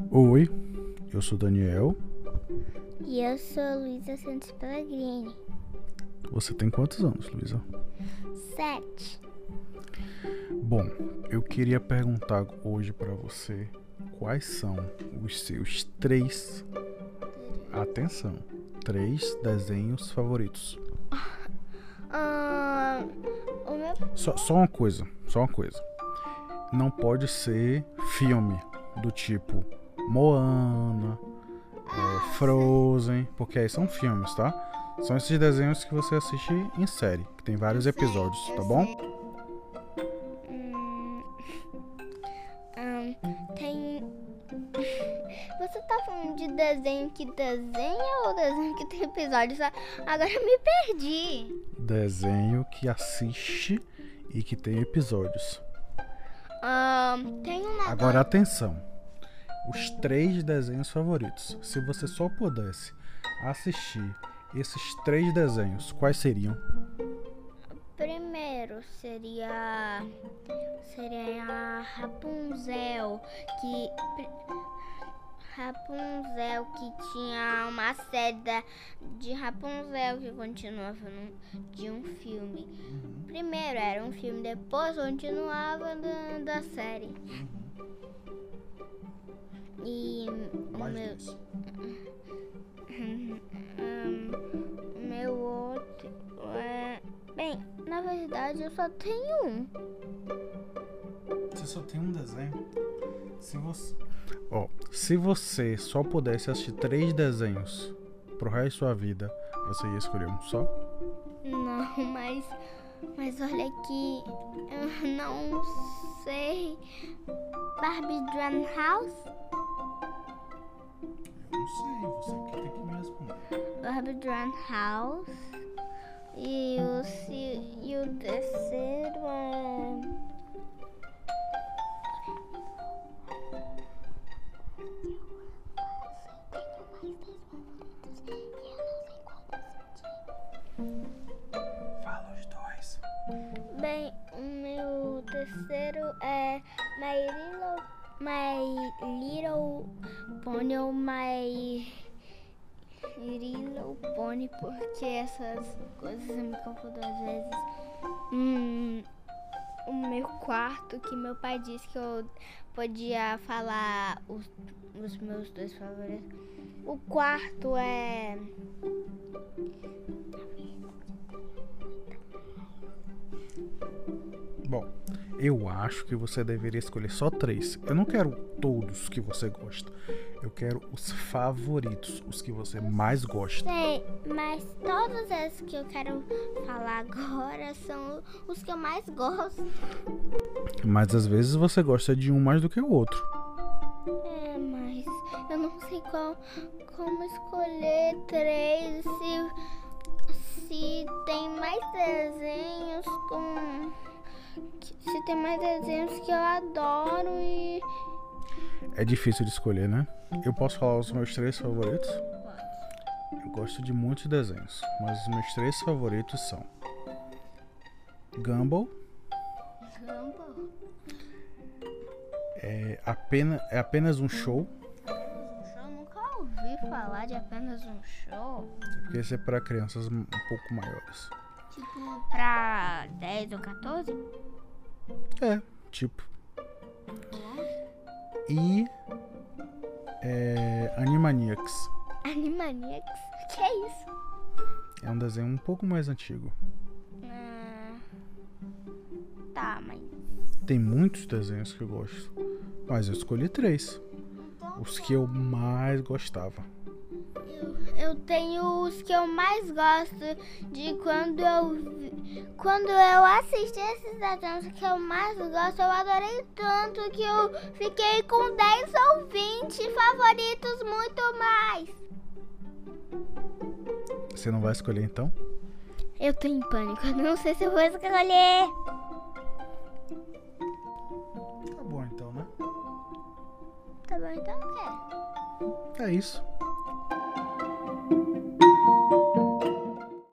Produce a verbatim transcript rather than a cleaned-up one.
Oi, eu sou Daniel. E eu sou Luísa Santos Pellegrini. Você tem quantos anos, Luísa? Sete. Bom, eu queria perguntar hoje pra você quais são os seus três, atenção, três desenhos favoritos. Ah, o meu... Só, só uma coisa, só uma coisa. Não pode ser filme do tipo Moana, é, Frozen, porque aí são filmes, tá? São esses desenhos que você assiste em série, que tem vários Eu sei, episódios, eu tá bom? sei. Hum, hum, tem... Você tá falando de desenho que desenha ou desenho que tem episódios? Agora eu me perdi. Desenho que assiste e que tem episódios. Hum, tem um negócio... Agora atenção, os três desenhos favoritos. Se você só pudesse assistir esses três desenhos, quais seriam? Primeiro seria seria a Rapunzel, que Rapunzel que tinha uma série da, de Rapunzel que continuava num, de um filme. Primeiro era um filme, depois continuava da, da série. E o Mais meu dois. Hum, meu outro é... Bem, na verdade eu só tenho um. Você só tem um desenho? Se você... Ó, se você só pudesse assistir três desenhos pro resto da sua vida, você ia escolher um só? Não, mas... Mas olha aqui, eu não sei. Barbie Dream House? Eu não sei, você que tem que me responder. Barbie Dream House. E o, se- e o terceiro é... Fala os dois. Bem, o meu terceiro é My Little, My Little Pony ou My Little Pony, porque essas coisas eu me confundo às vezes. Hum, o meu quarto, que meu pai disse que eu podia falar os, os meus dois favoritos. O quarto é... Bom, eu acho que você deveria escolher só três. Eu não quero todos que você gosta. Eu quero os favoritos, os que você mais gosta. Sei, mas todos esses que eu quero falar agora são os que eu mais gosto. Mas às vezes você gosta de um mais do que o outro. É, mas eu não sei qual, como escolher três se, se tem mais desenhos com... Se tem mais desenhos que eu adoro e... É difícil de escolher, né? Eu posso falar os meus três favoritos? Eu gosto de muitos desenhos, mas os meus três favoritos são Gumball, Gumball. é, apena- é apenas um show, Eu nunca ouvi falar de apenas um show. porque esse é para crianças um pouco maiores. Tipo, pra dez ou quatorze? É, tipo. E é, Animaniacs. Animaniacs? O que é isso? É um desenho um pouco mais antigo. Ah, tá, mas... Tem muitos desenhos que eu gosto, mas eu escolhi três. Então, Os que eu mais gostava. eu, eu tenho os que eu mais gosto de quando eu vi- quando eu assisti esses desenhos que eu mais gosto, eu adorei tanto que eu fiquei com dez ou vinte favoritos, muito mais. Você não vai escolher então? Eu tô em pânico, eu não sei se eu vou escolher. Tá bom então, né? Tá bom, então o quê? É isso.